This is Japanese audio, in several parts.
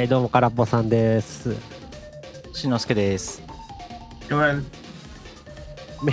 はいどうもからっぽさんです。 しんのすけです。 め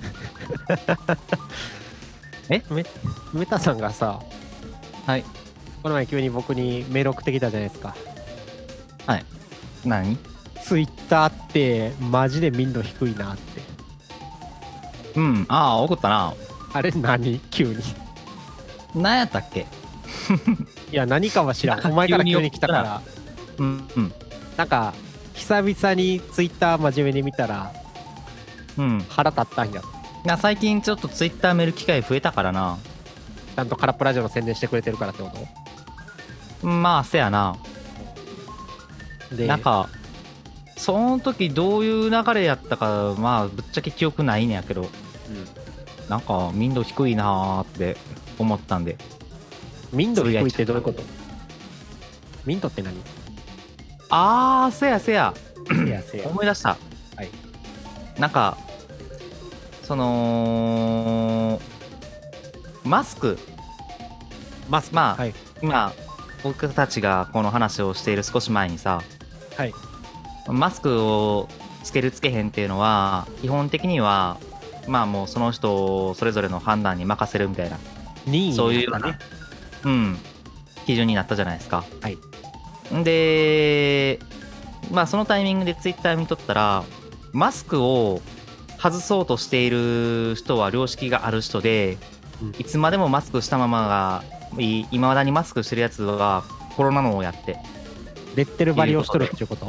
えメタさんがさ、 はい。 この前急に僕にメール送ってきたじゃないですか。 はい。何？ ツイッターってマジで民度低いなって。 うん。ああ、送ったな。 あれ何急に。 何やったっけ？ いや何かは知らん。お前から急に来たから。 うんうん。 なんか久々にツイッター真面目に見たらうん。 腹立ったんや。 最近ちょっとツイッター見る機会増えたからな。 ちゃんとからっぽラジオの宣伝してくれてるからってこまあ、せやな。 とで、 なんか、その時どういう流れやったか、まあ、ぶっちゃけ記憶ないんやけど、なんか、民度低いなーって思ったんで。 民度低いってどういうこと？民度って何？ あー、せやせや。 いやせや。 思い出した。 はい。 なんか、マスク、 マスク。 まあ、 はい。 今僕たちがこの話をしている少し前にさ、 はい。 マスクをつけるつけへんっていうのは基本的にはまあもうその人それぞれの判断に任せるみたいな、 任意そういうようだね。 な、基準になったじゃないですか。 はい。 で、まあそのタイミングでツイッター見とったら、マスクを外そうとしている人は良識がある人で、いつまでもマスクしたままがいまだにマスクしてるやつはコロナのをやってレッテル張りをしとるっていうこと？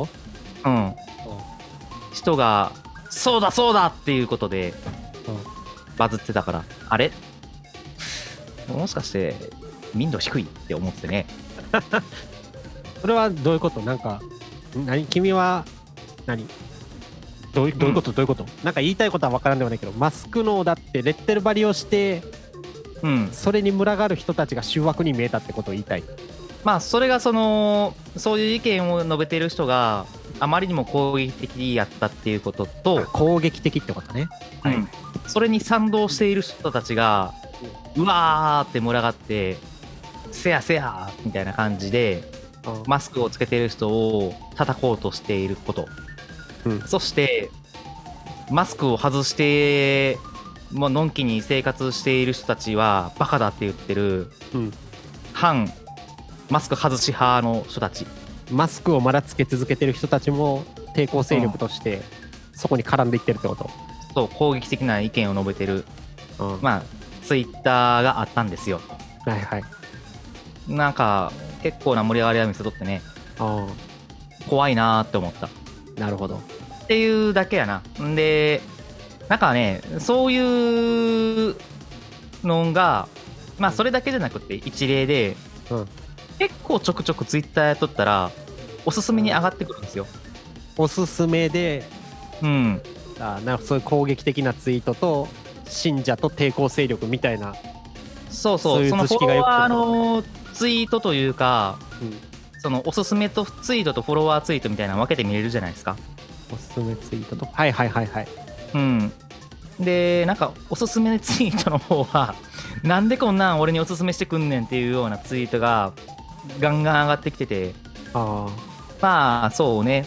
人がそうだそうだっていうことでバズってたから、あれもしかして民度低いって思ってね。 それはどういうこと？なんか君は何どういうこと？どういうこと？なんか言いたいことは分からんではないけど、マスクのだってレッテル張りをしてそれに群がる人たちが醜悪に見えたってことを言いたい？ まあそれがそういう意見を述べている人があまりにも攻撃的やったっていうことと、 攻撃的ってことね。 はい。それに賛同している人たちがうわーって群がってせやせやみたいな感じでマスクをつけている人を叩こうとしていること、そしてマスクを外してもうのんきに生活している人たちはバカだって言ってる、反マスク外し派の人たち、 マスクをまだつけ続けてる人たちも抵抗勢力としてそこに絡んでいってるってこと？ そう、攻撃的な意見を述べてる、まあツイッターがあったんですよ。 はいはい。 なんか結構な盛り上がりを見せとってね、怖いなーって思った。 なるほど。 っていうだけやな。んで、なんかね、そういうのがまあそれだけじゃなくて一例で、結構ちょくちょくツイッターやっとったらおすすめに上がってくるんですよ。 おすすめで、なんかそういう攻撃的なツイートと信者と抵抗勢力みたいな、 そうそいう図式がよくフォロワーのツイートというか、そのおすすめとツイートとフォロワーツイートみたいなの分けて見れるじゃないですか。 おすすめツイートと、はいはいはいはい。 で、なんかおすすめツイートの方はなんでこんなん俺におすすめしてくんねんっていうようなツイートがガンガン上がってきてて、まあそうね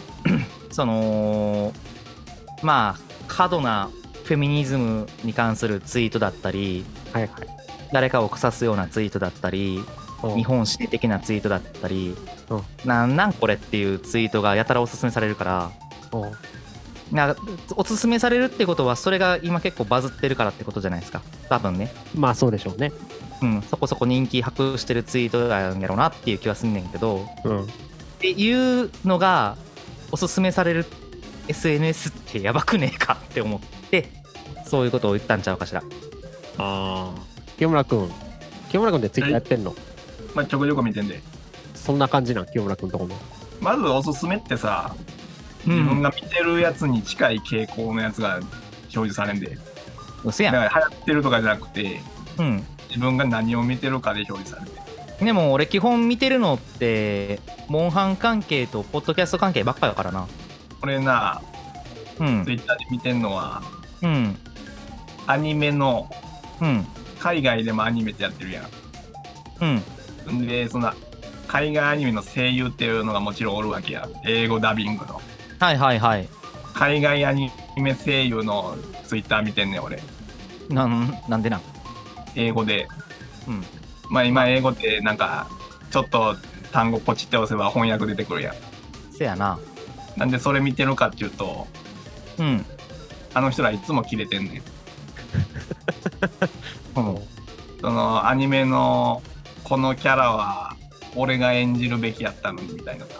まあ過度なフェミニズムに関するツイートだったり、誰かを腐すようなツイートだったり、日本史的なツイートだったり、なんこれっていうツイートがやたらおすすめされるから、おすすめされるってことはそれが今結構バズってるからってことじゃないですか、多分ね。 まあそうでしょうね。 そこそこ人気博してるツイートなんやろうなっていう気はすんねんけど、っていうのがおすすめされる SNS ってやばくねえかって思って、そういうことを言ったんちゃうかしら。 清村君ってツイッターやってんの？ まあちょこちょこ見てんで。 そんな感じなん？清村君とこも。 まずおすすめってさ、自分が見てるやつに近い傾向のやつが表示されんで。 うせやん。 だから流行ってるとかじゃなくて、自分が何を見てるかで表示されて。 でも俺基本見てるのってモンハン関係とポッドキャスト関係ばっかやからな。 俺な、ツイッターで見てんのは、アニメの、海外でもアニメってやってるやん。で、 海外アニメの声優っていうのがもちろんおるわけや。英語ダビングの。 はいはいはい。 海外アニメ声優のツイッター見てんねん俺。 なんでなん。 英語で。 うん。 まあ今英語ってなんかちょっと単語ポチって押せば翻訳出てくるやん。 せやな。 なんでそれ見てるかっていうと、 うん。 あの人らいつもキレてんねん。 うん。 そのアニメのこのキャラは俺が演じるべきやったのにみたいなさ。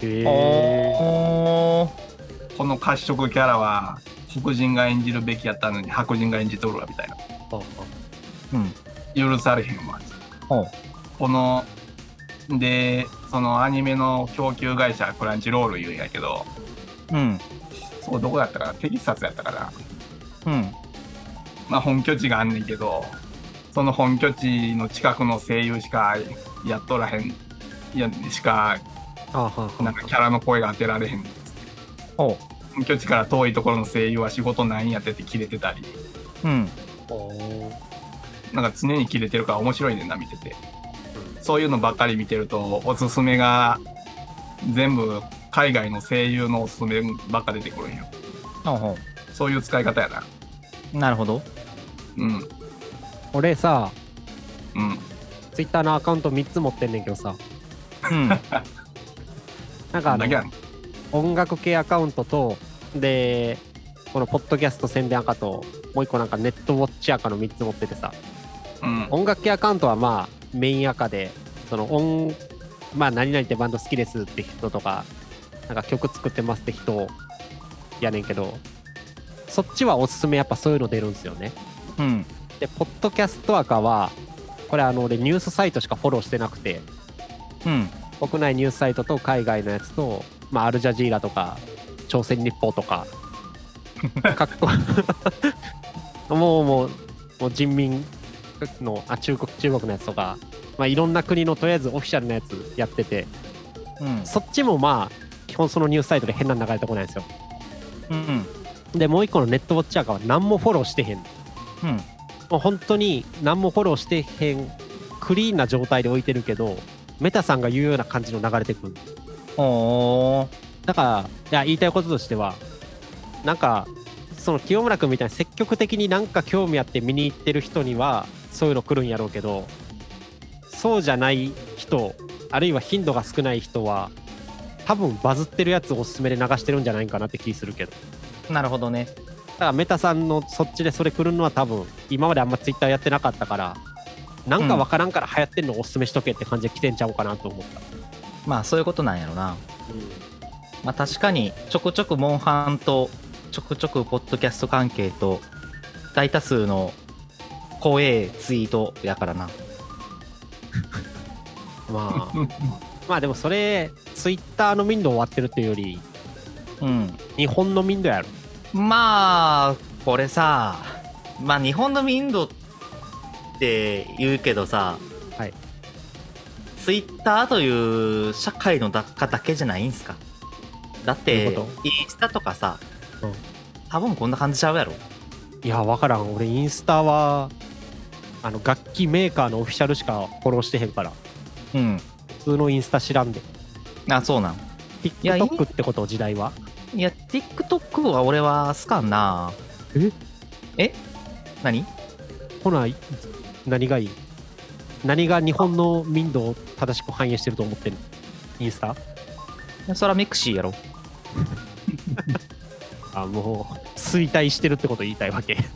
おー。 この褐色キャラは黒人が演じるべきやったのに白人が演じとるわみたいな。 うん。 許されへんわ。 ほこのでそのアニメの供給会社クランチロール言うんやけど、 う。うん。 そこどこやったかな、テキサスやったかな。 うん。 まあ本拠地があんねんけど、その本拠地の近くの声優しかやっとらへん、しかなんかキャラの声が当てられへんっつって。 ほ本拠地から遠いところの声優は仕事ないんやってってキレてたり、 う。うん。 なんか常にキレてるから面白いねんな見てて。そういうのばっかり見てるとおすすめが全部海外の声優のおすすめばっか出てくるんよ。 ほうほそういう使い方やな。 う。なるほど。 うん俺さ、 うんツイッターのアカウント3つ持ってんねんけどさ、 うん。 なんかだけやん。 音楽系アカウントと、で、このポッドキャスト宣伝アカと、もう一個なんかネットウォッチアカの3つ持っててさ、 うん音楽系アカウントはまあメインアカで、そのまあ何々ってバンド好きですって人とか、なんか曲作ってますって人やねんけど、そっちはおすすめやっぱそういうの出るんですよね。 うん。 で、ポッドキャストアカは、これ俺ニュースサイトしかフォローしてなくて、 うん。 国内ニュースサイトと海外のやつと、まあアルジャジーラとか、朝鮮日報とか、かっこもう人民の中国のやつとか、まあいろんな国のとりあえずオフィシャルなやつやってて、 うん。 そっちもまあ基本そのニュースサイトで変なの流れてこないんですよ。 うん。 でもう一個のネットウォッチアカは何もフォローしてへん。 うん。 もう本当に何もフォローしてへんクリーンな状態で置いてるけど、メタさんが言うような感じの流れてくる。 おー。 だから言いたいこととしては、なんかその清村君みたいに積極的になんか興味あって見に行ってる人にはそういうの来るんやろうけど、そうじゃない人、あるいは頻度が少ない人は多分バズってるやつをおすすめで流してるんじゃないかなって気するけど。 なるほどね。 だからメタさんのそっちでそれ来るのは多分今まであんまツイッターやってなかったから、なんかわからんから流行ってんのをおすすめしとけって感じで来てんちゃうかなと思った。 まあそういうことなんやろな。まあ確かにちょくちょくモンハンとちょくちょくポッドキャスト関係と大多数の怖えツイートやからな。 まあまあでもそれツイッターの民度終わってるっていうよりうん。 日本の民度やろ。 まあこれさ、まあ日本の民度って言うけどさ、 はい。 ツイッターという社会の中だけじゃないんすか。だってどういうこインスタとかさ、 うん多分こんな感じちゃうやろ。 いや分からん、俺インスタは楽器メーカーのオフィシャルしかフォローしてへんから、 うん。 普通のインスタ知らんで。 あ、そうなん。や TikTok ってこと時代は。 いや TikTok は俺は好かんな。え何ほな何がいい、何が日本の民度を正しく反映してると思ってる？インスタ？ そらミクシーやろ。 あ、もう衰退してるってこと言いたいわけ。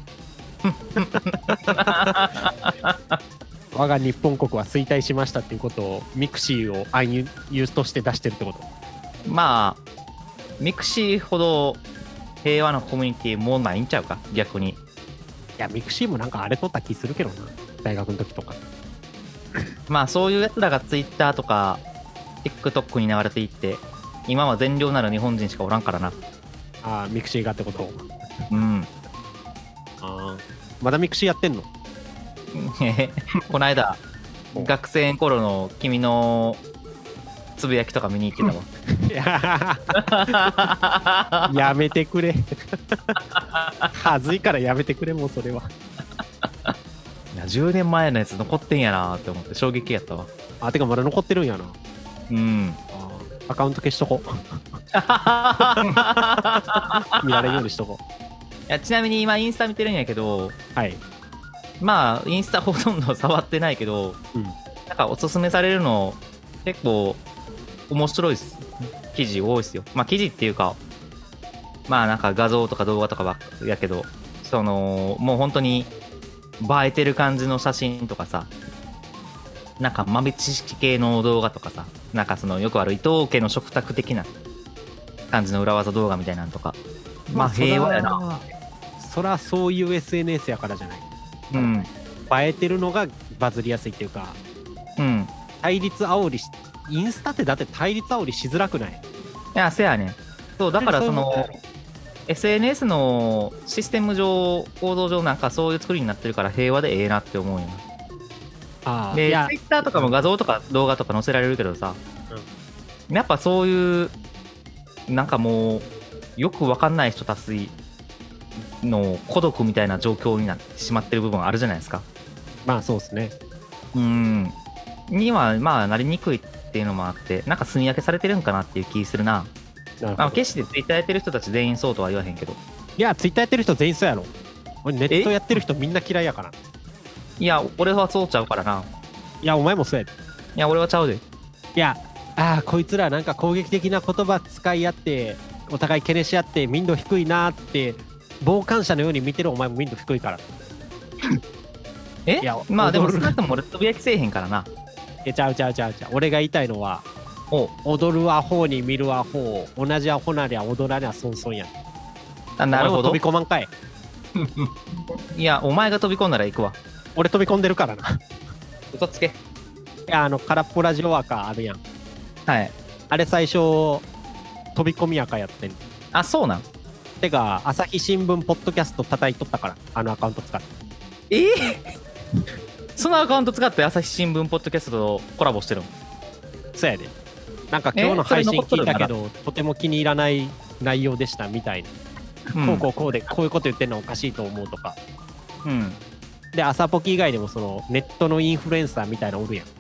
我が日本国は衰退しましたっていうことをミクシーを暗喩として出してるってこと？ まあミクシーほど平和なコミュニティもうないんちゃうか逆に。 いやミクシーもなんかあれ取った気するけどな、大学の時とか。 まあそういうやつらが Twitter とか TikTok に流れていって今は善良なる日本人しかおらんからな。 ああミクシーがってこと？ うん。 ああまだミクシーやってんの？ この間学生の頃の君のつぶやきとか見に行ってたわ。 いややめてくれ。はずいからやめてくれ、もうそれは。 いや10年前のやつ残ってんやなって思って衝撃やったわ。 あ、てかまだ残ってるんやな。 うんアカウント消しとこう。見られるようにしとこいやちなみに今インスタ見てるんやけど、 う。はい。 まあインスタほとんど触ってないけど、 うん。 なんかおすすめされるの結構面白いです。記事多いですよ。まあ記事っていうか、まあなんか画像とか動画とかばっかやけど、そのもう本当に映えてる感じの写真とかさ、なんか豆知識系の動画とかさ、なんかそのよくある伊藤家の食卓的な感じの裏技動画みたいなのとか、まあ平和やな。 そらそういう SNS やからじゃない。 うん映えてるのがバズりやすいっていうか、 うん対立煽りし、インスタってだって対立煽りしづらくない？ いやせやねん。そうだからその SNS のシステム上構造上なんかそういう作りになってるから平和でええなって思うよな。でいや、 Twitter とかも画像とか動画とか載せられるけどさ、やっぱそういうなんかもうよくわかんない人たちの孤独みたいな状況になってしまってる部分あるじゃないですか。 まあそうですね。 にはまあなりにくいっていうのもあって、なんか住み分けされてるんかなっていう気するな。 なるほど。 決して Twitter やってる人たち全員そうとは言わへんけど。 いや、ツイッターやってる人全員そうやろ。俺ネットやってる人みんな嫌いやから。 いや俺はそうちゃうからな。 いや、お前もそうやで。 いや俺はちゃうで。 いや、こいつらなんか攻撃的な言葉使い合ってお互いけねし合って民度低いなーって傍観者のように見てるお前も民度低いから。いやまあでも踊る少なくとも俺つぶやきせえへんからな。 ちゃう。俺が言いたいのは、 お踊るアホに見るアホ、同じアホなりゃ踊らにゃ損損やん。 なるほど。 お前も飛び込まんかい。 いやお前が飛び込んだら行くわ。 俺飛び込んでるからな。い嘘つけ。 や、空っぽラジオアカあるやん。 はい。 あれ最初飛び込みアカやってん。 あそうなん。 てか朝日新聞ポッドキャスト叩いとったから、あのアカウント使って。 そのアカウント使って朝日新聞ポッドキャストとコラボしてるの？ そうやで。なんか今日の配信聞いたけそれど、とても気に入らない内容でしたみたいな。こうでこういうこと言ってんのおかしいと思うとか。 うんで、朝ポキ以外でもそのネットのインフルエンサーみたいなのおるやん。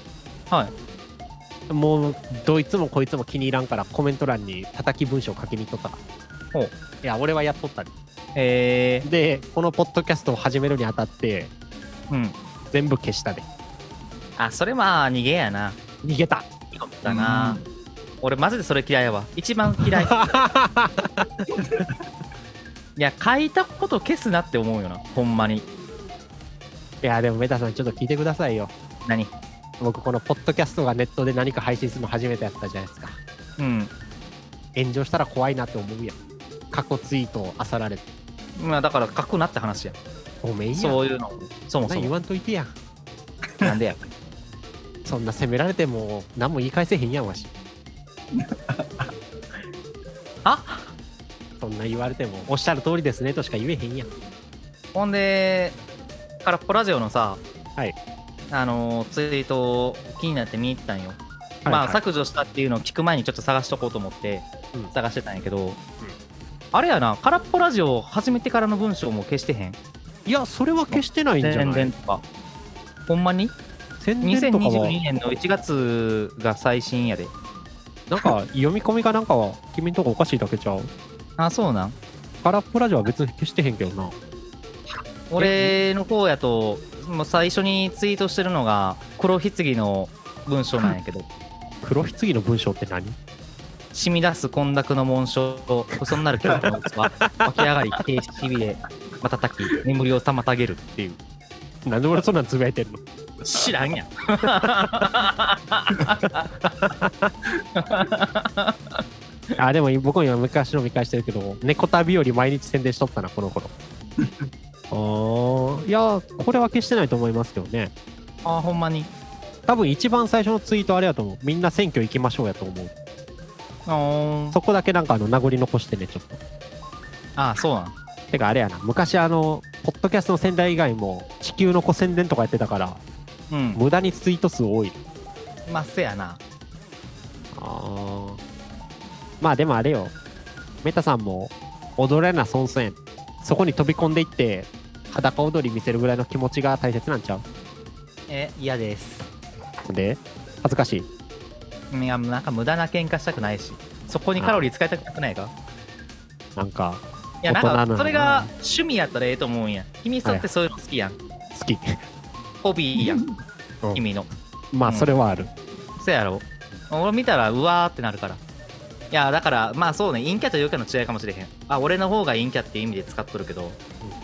はいもうどいつもこいつも気に入らんからコメント欄に叩き文章書きに行っとったから。 ほう。 いや、俺はやっとったで。 へで、このポッドキャストを始めるにあたってうん。 全部消したで。 あそれまあ逃げやな。 逃げた。 だな。俺マジでそれ嫌いやわ。一番嫌い。いや書いたこと消すなって思うよなほんまに。 いや、でもメタさんちょっと聞いてくださいよ。 何？ 僕このポッドキャストがネットで何か配信するの初めてやったじゃないですか。 うん炎上したら怖いなって思うやん。過去ツイートを漁られて。 まあだから書くなって話や。 ごめんやん。 そういうのそもそも言わんといてやん。 なんでや。 そんな責められても何も言い返せへんやんわし。そんな言われてもおっしゃる通りですねとしか言えへんやん。 ほんで空っぽラジオのさ、 はい、 ツイートを気になって見に行ったんよ。 はい、 まあ削除したっていうのを聞く前にちょっと探しとこうと思って探してたんやけど、あれやな、空っぽラジオ始めてからの文章も消してへん。 いや、それは消してないんじゃない？ 宣伝とかほんまに宣伝とかは 2022年の1月が最新やで。 なんか読み込みかなんかは君んとこおかしいだけちゃう？ あそうなん。 空っぽラジオは別に消してへんけどな。 俺の方やともう最初にツイートしてるのが黒ひつぎの文章なんやけど黒ひつぎの文章って何？ 染み出す混濁の紋章と嘘になる恐怖の器湧き上がり停止しびれ瞬き眠りを妨げるっていう。 なんで俺そんなんつぶやいてんの？ 知らんやん。 でも僕も今昔の見返してるけど、猫旅より毎日宣伝しとったなこの頃。いや、これは消してないと思いますけどね。 ほんまに。 多分一番最初のツイートあれやと思う。みんな選挙行きましょうやと思う。そこだけなんか名残残してね、ちょっと。 そうなん。 てかあれやな、昔ポッドキャストの宣伝以外も地球の子宣伝とかやってたから、無駄にツイート数多い。 まあせやな。 まあでもあれよ、メタさんも踊れな損損やん。そこに飛び込んでいって裸踊り見せるぐらいの気持ちが大切なんちゃう？ 嫌です。 で恥ずかしい？ いやなんか無駄な喧嘩したくないし、そこにカロリー使いたくなくないか。 なんかいやなん大人なのなかそれが趣味やったらええと思うんや。君そってそういうの好きやん、 好き。 ホビーやん、 うん君の。 まあそれはある。 そやろ。俺見たらうわーってなるから。いやだからまあそうね、陰キャと陽キャの違いかもしれへん。俺の方が陰キャっていう意味で使っとるけど、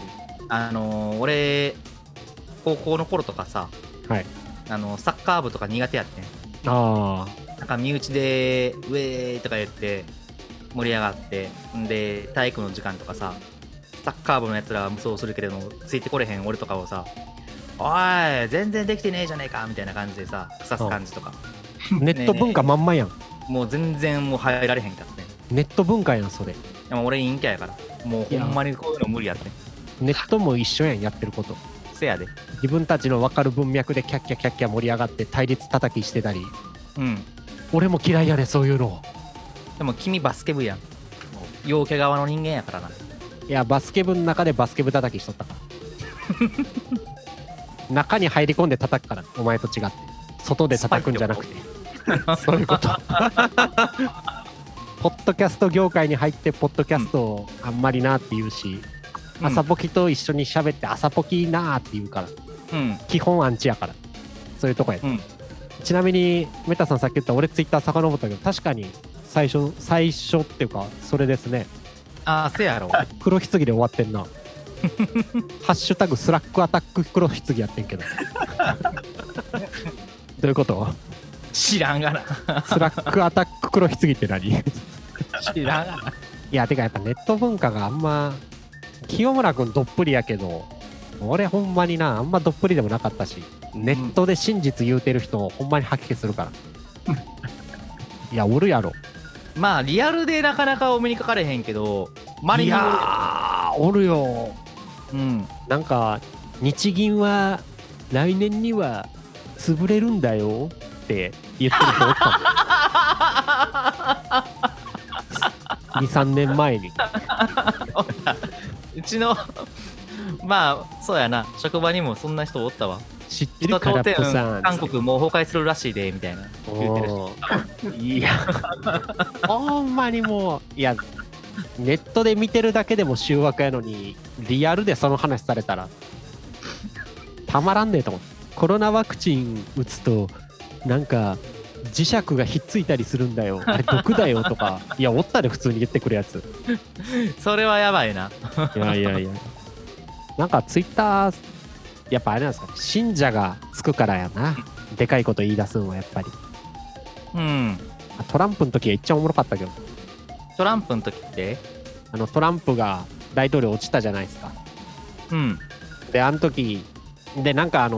俺高校の頃とかさ、 はい。 サッカー部とか苦手やってん。 あなんか身内でウェーイとか言って盛り上がって、んで体育の時間とかさ、サッカー部のやつらは無双するけれどもついてこれへん俺とかをさ、おい全然できてねえじゃねえかみたいな感じでさ腐す感じとか、 あ、ネット文化まんまやん。 もう全然もう入られへんかってん。 ネット文化やんそれ。 でも俺陰キャやからもうほんまにこういうの無理やってん。 ネットも一緒やん、やってること。 せやで。 自分たちの分かる文脈でキャッキャキャッキャ盛り上がって対立叩きしてたり。 うん。 俺も嫌いやねそういうの。 でも君バスケ部やん。陽キャ側の人間やからな。 いやバスケ部の中でバスケ部叩きしとったから。中に入り込んで叩くから、お前と違って外で叩くんじゃなくて。そういうことポッドキャスト業界に入ってポッドキャストをあんまりなって言うし、 うん、 朝ポキと一緒に喋って朝ポキなーって言うから、 うん、 基本アンチやから、そういうとこや、 うん、 ちなみにメタさんさっき言った俺ツイッター遡ったけど、確かに最初っていうかそれですね。 せやろ。 黒ひつぎで終わってんな。ハッシュタグスラックアタック黒ひつぎやってんけど。どういうこと？ 知らんがな。 スラックアタック黒ひつぎって何？ 知らんがな。 いやてかやっぱネット文化があんま、清村くんどっぷりやけど俺ほんまになあんまどっぷりでもなかったし、ネットで真実言うてる人ほんまに吐き気するから。いやおるやろ。 まあリアルでなかなかお目にかかれへんけど、 いやーおるよ。 うん。 なんか日銀は来年には潰れるんだよって言ってる人おったもん。2、3年前に。 うちのまあそうやな、職場にもそんな人おったわ。 知ってるからっぽさん。 韓国もう崩壊するらしいでみたいな言ってる人。 いやほんまにもう、いやネットで見てるだけでも醜悪やのにリアルでその話されたらたまらんねえと思って。コロナワクチン打つとなんか磁石がひっついたりするんだよ、あれ毒だよとか、いやおったで普通に言ってくるやつ。 それはやばいな。 いやいやいや、なんかツイッターやっぱあれなんですか、信者がつくからやな、でかいこと言い出すんはやっぱり。 うん。 トランプの時は一番おもろかったけど、 トランプの時ってトランプが大統領落ちたじゃないですか。 うん。 であの時でなんか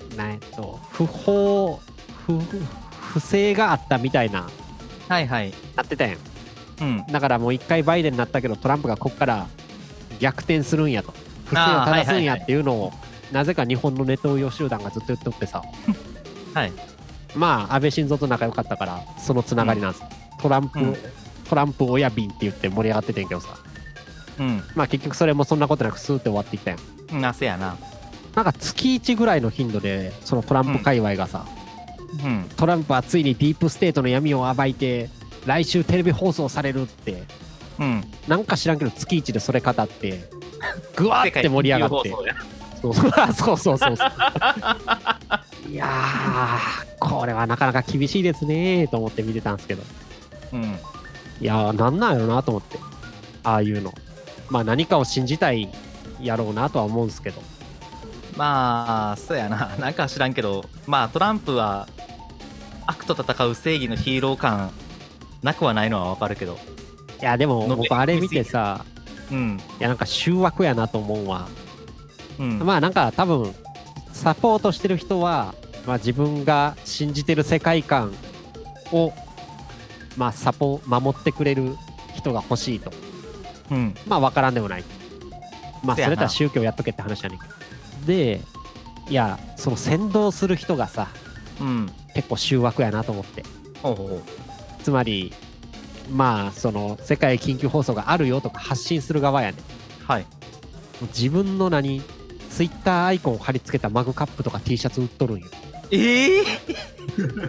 不正があったみたいなはいはい。 なってたやん。 うん。 だからもう一回バイデンになったけどトランプがこっから逆転するんやと、不正を正すんやっていうのをなぜか日本のネトウヨ集団がずっと言っておってさ。 はい。 まあ安倍晋三と仲良かったからそのつながりなんです、トランプ親瓶って言って盛り上がっててんけどさ、 うん。 まあ結局それもそんなことなくスーって終わっていったやん。 なせやな。 なんか月1ぐらいの頻度でそのトランプ界隈がさ、 うん。 トランプはついにディープステートの闇を暴いて来週テレビ放送されるってうん。 なんか知らんけど月1でそれ語ってグワーって盛り上がってそうそういやーこれはなかなか厳しいですねと思って見てたんですけど、 うん。 いやーなんなんやろなと思って、ああいうのまあ何かを信じたいやろうなとは思うんですけど、 まあそうやな。なんか知らんけど、まあトランプは悪と戦う正義のヒーロー感なくはないのはわかるけど、 いやでも僕あれ見てさ、 うん。 いやなんか醜悪やなと思うわ。 うん。 まあなんか多分サポートしてる人は、まあ、自分が信じてる世界観をまあ守ってくれる人が欲しいと、 うん。 まあ分からんでもない。まあせやなそれとは宗教やっとけって話やねんけど、でいやその先導する人がさうん。 結構醜悪やなと思って、 ほうほうほう。 つまりまあその世界緊急放送があるよとか発信する側やねん。 はい。 自分のツイッターアイコンを貼り付けたマグカップとか T シャツ売っとるんよ。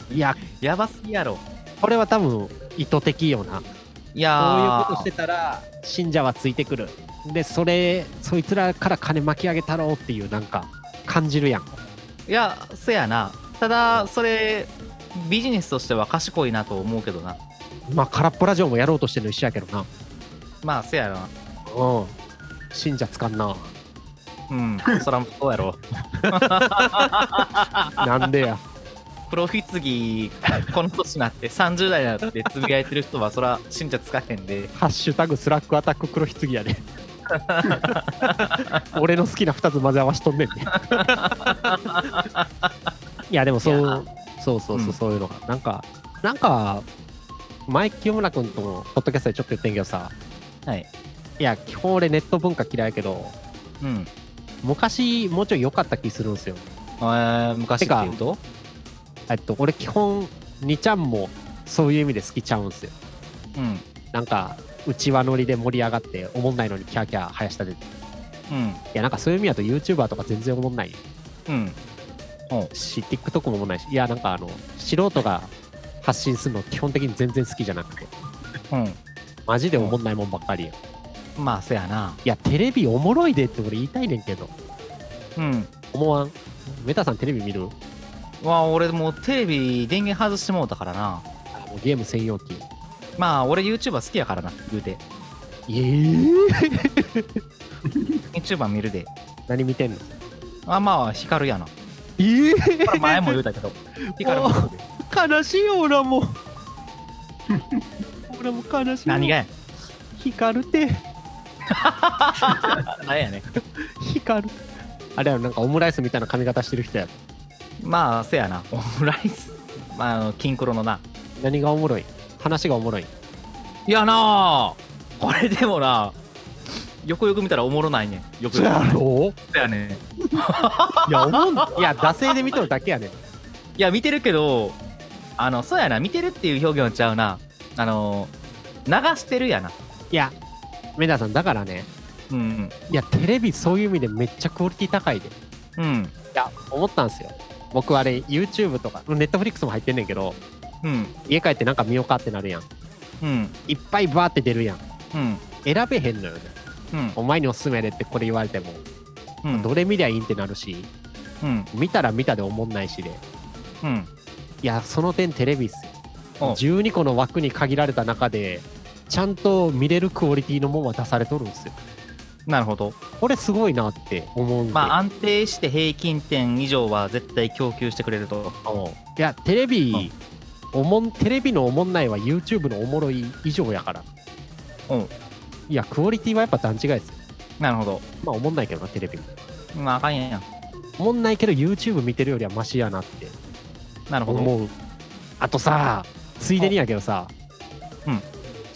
いや、 やばすぎやろ。 これは多分意図的よな。 いやこういうーことしてたら信者はついてくる。でそいつらから金巻き上げたろうっていうなんか感じるやん。 いや、そやな。ただ、それ、ビジネスとしては賢いなと思うけどな。 まあ空っぽラジオもやろうとしてるの一緒やけどな。 まあ、せやな。 うん。信者つかんな。 うん、そらそうやろ。 なんでや。 プロフィツギこの年になって30代になってつぶやいてる人はそら信者つかへんで。 ハッシュタグスラックアタック黒ひつぎやで。俺の好きな2つ混ぜ合わしとんねんね。いやでもそうそういうのがなんか前清村君ともポッドキャストでちょっと言ってんけどさ、 はい。 いや基本俺ネット文化嫌いやけどうん。 昔もうちょい良かった気するんですよ。 昔って言うと俺基本2ちゃんもそういう意味で好きちゃうんすよ。 うん。 なんか内輪乗りで盛り上がっておもんないのにキャーキャー生やしたで、いうん。 やなんかそういう意味だと YouTuber とか全然おもんないうん。 し TikTok もおもんないし、いやなんか素人が発信するの基本的に全然好きじゃなくてうん。 マジでおもんないもんばっかりや。 まあ、せやな。 いやテレビおもろいでって俺言いたいねんけどうん。 思わん。メタさんテレビ見る？ 俺もうテレビ電源外してもうたからな。 もうゲーム専用機。 まあ、俺 YouTuber 好きやからな、言うて。YouTuber 見るで。 何見てんの？ まあ、光やな。これ前も言うたけど。光も見るで。 悲しいよ俺もう俺も悲しいよ。 何がや光るて何やねん。 光る。あれはなんかオムライスみたいな髪型してる人やろ。 まあ、せやな。オムライス。まあ、金黒のな。 何がおもろい？話がおもろい？ いやなあ、これでもな、よくよく見たらおもろないねん。よくよく。 ろそうやねん。 いやいや惰性で見とるだけやねん。 いや、見てるけど、そうやな、見てるっていう表現はちゃうな。流してるやな。 いやメダさんだからね、 うんいやテレビそういう意味でめっちゃクオリティ高いで。いうん。うん。 や思ったんすよ。僕あれ YouTube とか Netflix も入ってんねんけど、 うん。 家帰ってなんか見ようかってなるやん。 うん。 いっぱいバーって出るやん。 うん。 選べへんのよね。 うん。 お前におすすめでってこれ言われても、 うん。 どれ見りゃいいんってなるし、 うん。 見たら見たで思んないしで、 うん。 いやその点テレビっすよ。 お 12個の枠に限られた中でちゃんと見れるクオリティのもんは出されとるんですよ。 なるほど。 これすごいなって思うんで。 まあ、安定して平均点以上は絶対供給してくれると。 いやテレビのおもんないは YouTube のおもろい以上やから。 うん。 いやクオリティはやっぱ段違いですよ。 なるほど。 まあおもんないけどなテレビも。 まあ、あかんやん。 おもんないけど YouTube 見てるよりはマシやなってなるほど。 思う。あとさ、ついでにやけどさ、 うん。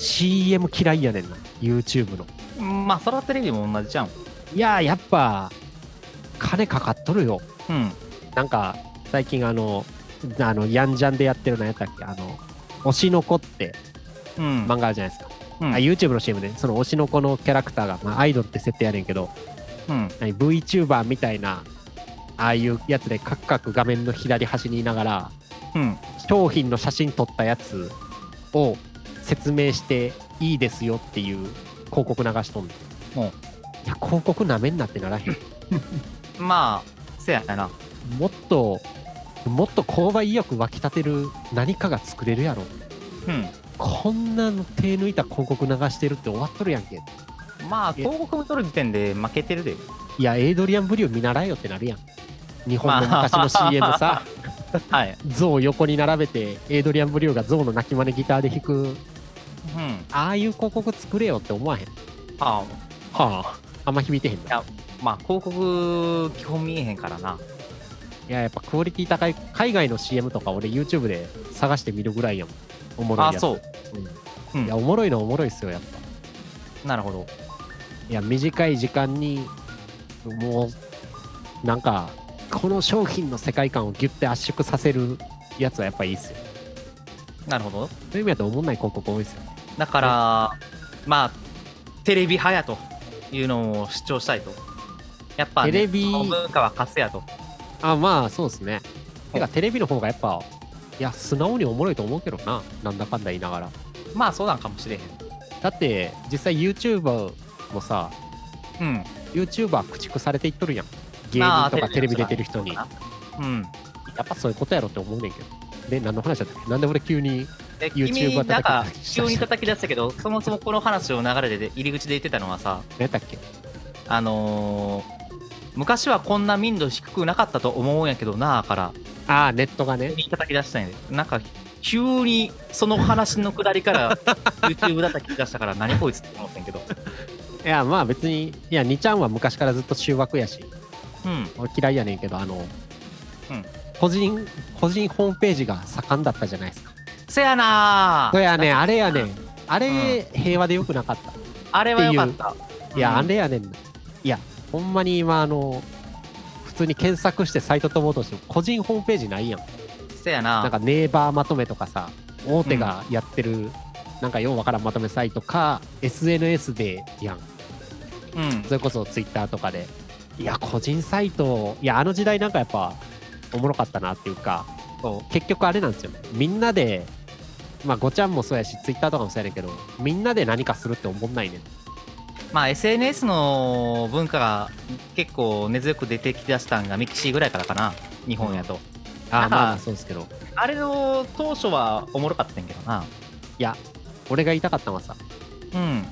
CM 嫌いやねんな YouTube の。 まあ、そらテレビも同じじゃん。 いややっぱ金かかっとるよ。 うん。 なんか最近ヤンジャンでやってるのやったっけ、推しの子ってうん。 漫画あるじゃないですか、 うん。 YouTube の CM でその推しの子のキャラクターが、まあ、アイドルって設定やねんけど、 うん。 VTuber みたいなああいうやつでカクカク画面の左端にいながらうん。 商品の写真撮ったやつを説明していいですよっていう広告流しとんねん。 うん。 いや広告なめんなってならへん。 まあ、せやな。 もっと購買意欲湧き立てる何かが作れるやろ。 うん。 こんなの手抜いた広告流してるって終わっとるやんけ。 まあ、広告見とる時点で負けてるで。 いやエイドリアン・ブリュー見習えよってなるやん。日本の昔の CM さ、 はい。 象を横に並べてエイドリアン・ブリューが象の鳴き真似ギターで弾く、 うん。 ああいう広告作れよって思わへん。 あはあんま響いてへんな。 やまあ、広告基本見えへんからな。 いややっぱクオリティ高い海外の CM とか俺 YouTube で探してみるぐらいやもん。おもろいやつ。 そう。 いやおもろいのはおもろいっすよやっぱ。 なるほど。 いや短い時間にもうなんかこの商品の世界観をギュッて圧縮させるやつはやっぱいいっすよ。 なるほど。 そういう意味だとおもんない広告多いっすよ。 だから、まあ、テレビ派やというのを主張したいと。やっぱ、ね、 テレビこの文化は勝つやと。 あまあそうですね。てかテレビの方がやっぱいや素直におもろいと思うけどな、なんだかんだ言いながら。 まあそうなんかもしれへん。 だって実際 YouTuber もさ、 うん。 YouTuber 駆逐されていっとるやん、芸まあ人とかテレビ出てる人に。 うん。 やっぱそういうことやろって思うねんけど。で何の話だったっけ、なんで俺急に君 YouTuber なんか叩き出した急に叩き出したけど、そもそもこの話を流れで入り口で言ってたのはさ、 何やったっけ。 昔はこんな民度低くなかったと思うんやけどなあからああネットがね。 急に叩き出したんやで。なんか急にその話のくだりから YouTube 叩き出したから何こいつって思ってんけど。 いやまあ別に、いや2ちゃんは昔からずっと終幕やしうん俺嫌いやねんけど、個人ホームページが盛んだったじゃないですか。 せやなそうやねん、あれやねん、あれ、平和でよくなかった。 あれはよかった。 いや、 うんあれやねんな。いやほんまに今普通に検索してサイト飛ぼうとしても個人ホームページないやん。 せやななんかネイバーまとめとかさ、大手がやってる、なんかようわからんまとめサイトか SNS でやん。 うんそれこそツイッターとかで。いや個人サイト、いやあの時代なんかやっぱおもろかったなっていうか、結局あれなんですよ、みんなで、まあごちゃんもそうやしツイッターとかもそうやねんけど、みんなで何かするって思んないねん。 まあ SNS の文化が結構根強く出てきだしたんがミクシーぐらいからかな、日本やと。なんかああまあそうですけど、 あれの当初はおもろかったんやけどな。 いや俺が言いたかったのはさ、 うん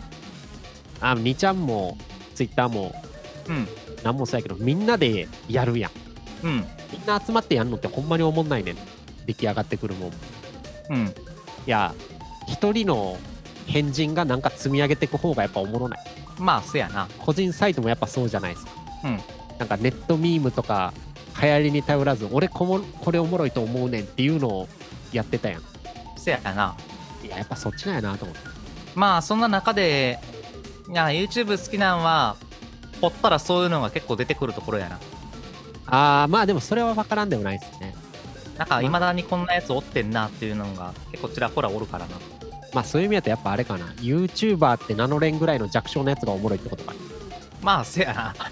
2ちゃんもツイッターもうんなんもそうやけど、みんなでやるやん。 うんみんな集まってやんのってほんまに思んないねん、出来上がってくるもん。いうんや一人の変人がなんか積み上げていく方がやっぱおもろない。 まあせやな。 個人サイトもやっぱそうじゃないですか。 うんなんかネットミームとか流行りに頼らず、俺これおもろいと思うねんっていうのをやってたやん。 せやな。 いややっぱそっちなんやなと思って。 まあそんな中で、いや YouTube 好きなんは掘ったらそういうのが結構出てくるところやな。 ああまあでもそれは分からんでもないですね。 なんかいまだにこんなやつおってんなっていうのが結構ちらほらおるからな。 まあそういう意味だとやっぱあれかな、 YouTuber って名乗れんぐらいの弱小なやつがおもろいってことかな。 まあせやな。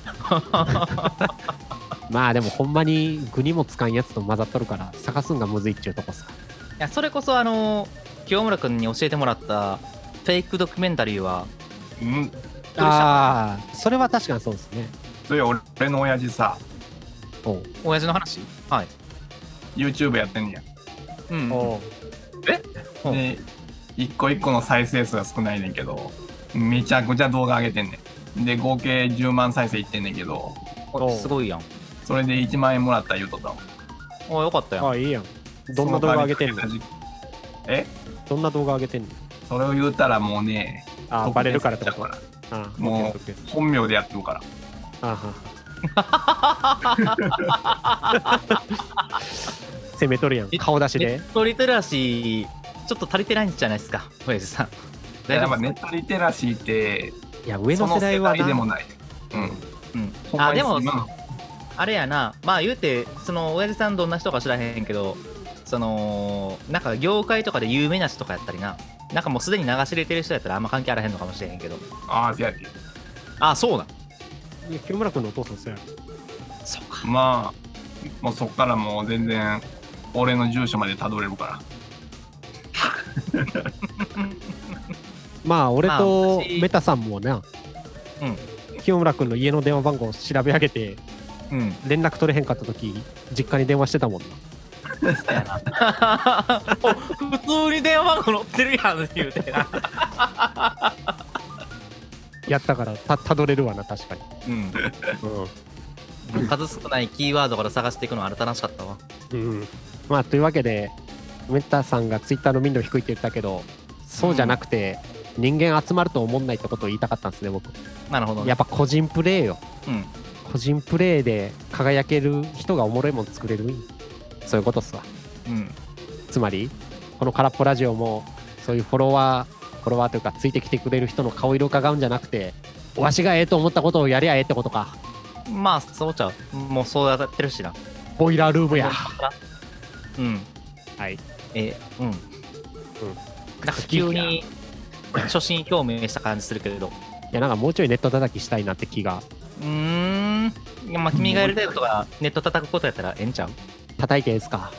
まあでもほんまに具にもつかんやつと混ざっとるから探すんがむずいっちゅうとこさ。 いやそれこそ清村君に教えてもらったフェイクドキュメンタリーはうん。 ああそれは確かにそうですね。 それ俺の親父さ、 おう親父の話。はい。 YouTube やってんねや。 うんおううんで、一個一個の再生数が少ないねんけど、めちゃくちゃ動画上げてんねん。で、合計10万再生いってんねんけど、 おすごいやん。 それで1万円もらった言うとったわ。 およかったやん。 ああいいやん。どんな動画上げてんの？ えどんな動画上げてんの？ それを言うたらもうね、 ああバレるからってこと。 特ああもうオッケーオッケー本名でやってるから。 あは攻めとるやん顔出しで。 ネットリテラシーちょっと足りてないんじゃないですか、親父さん。 やっぱね。 ネットリテラシーって、 いや上の世代はな。 その世代でもない。うん。 うん。 ほんまにあでも今のあれやな、まあ言うてその親父さんどんな人か知らへんけど、そのなんか業界とかで有名な人とかやったりな、なんかもうすでに流し入れてる人やったらあんま関係あらへんのかもしれへんけど。 ああ、そうやって。 あそうなん。 いや清村君のお父さんそうやろ。 そうか。 まあ、もうそっからもう全然、俺の住所までたどれるから。 まあ俺まあと私メタさんもな、 うん清村君の家の電話番号を調べ上げてうん。 連絡取れへんかった時実家に電話してたもんな。 そうやな。普通に電話番号載ってるやん言うてな。 やったからたどれるわな確かに。 うん。数少ないキーワードから探していくのあれ楽しかったわ。 うん、まあというわけでメタさんがツイッターの民度低いって言ったけど、そうじゃなくて、人間集まると思んないってことを言いたかったんですね僕。 なるほどね。 やっぱ個人プレーよ。 うん。 個人プレーで輝ける人がおもろいもん作れる。そういうことっすわ。 うん。 つまりこの空っぽラジオもそういうフォロワーというかついてきてくれる人の顔色を伺うんじゃなくて、わしがええと思ったことをやりゃええってことか。 まあそうちゃう。もうそうやってるしな。 ボイラールームや。 うん。 はい。 うん。なんか急に初心表明した感じするけれど。 いやなんかもうちょいネット叩きしたいなって気が。 いやまあ君がやりたいことがネット叩くことやったらええんちゃう？ 叩いていいですか。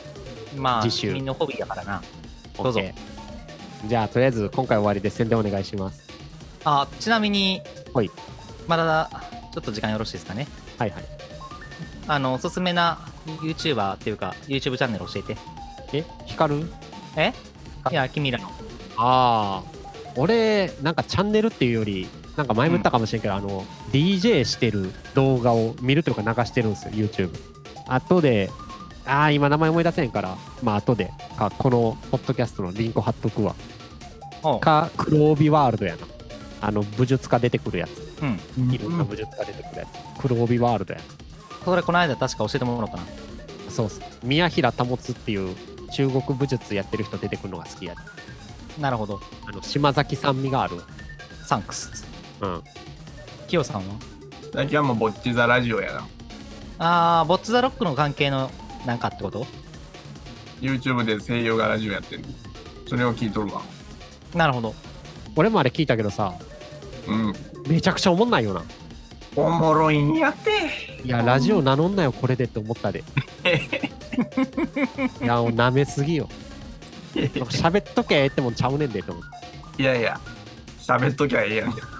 まあ次週君のホビーだからな。どうぞ。 OK。じゃあとりあえず今回終わりで宣伝お願いします。 ちなみに、 はい、 まだちょっと時間よろしいですかね。 はいはい。 おすすめな YouTuber っていうか YouTube チャンネル教えて。 光る？ いや、君らの。 ああ、俺なんかチャンネルっていうよりなんか前も言ったかもしれんけど、DJ してる動画を見るというか流してるんですよ YouTube。後で今名前思い出せんから、まあ後でこのポッドキャストのリンク貼っとくわ。黒帯ワールドやな。武術家出てくるやつ。いろんな武術家出てくるやつ。黒帯ワールドやな。 それこの間確か教えてもらおうかな。 そうっす。宮平保っていう中国武術やってる人出てくるのが好きやで。 なるほど。 島崎酸味がある。 サンクス。キヨさんは？ 最近はもうぼっちザラジオやな。ボッツザロックの関係のなんかってこと？ YouTube で声優がラジオやってる。それを聞いとるわ。 なるほど。 俺もあれ聞いたけどさ、めちゃくちゃおもんないよな。 おもろいんやって。 いや、ラジオ名乗んなよこれでって思ったで。いや、なめすぎよ。喋っとけってもんちゃうねんでと思って。 いやいや、喋っときゃええやんけ。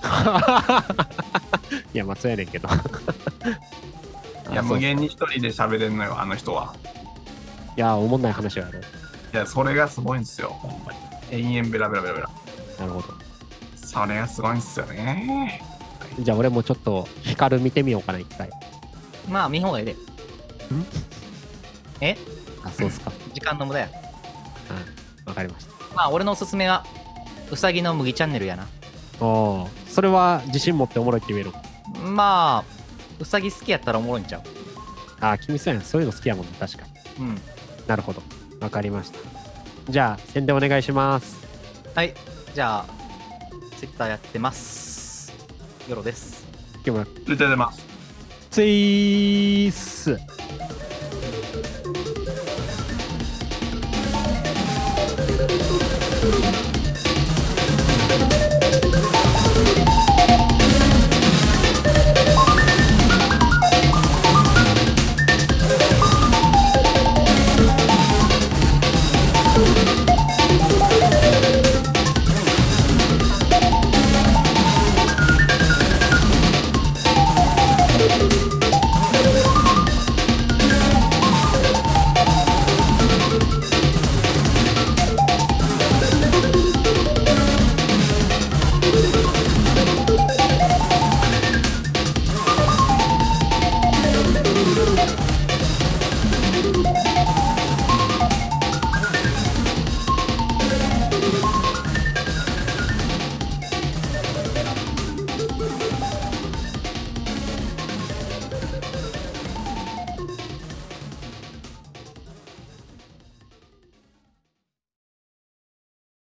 いや、まあそうやねんけど。 いや、無限に一人で喋れんのよ、あの人は。 いや、おもんない話をやろ。 いや、それがすごいんですよ、ほんまに。延々ベラベラベラベラ。 なるほど。 それがすごいんですよね。 じゃあ俺もちょっと光見てみようかな、一回。 まあ見ん方がいいで。 そうっすか。 時間の無駄や。 わかりました。 まあ俺のおすすめはうさぎの麦チャンネルやな。 それは自信持っておもろいって言える。 まあうさぎ好きやったらおもろいんちゃう？ 君そうやん。そういうの好きやもんね、確かに。 うん。 なるほど。わかりました。じゃあ宣伝お願いします。 はい。じゃあ Twitter やってます。よろです。 出てます。 ツイース。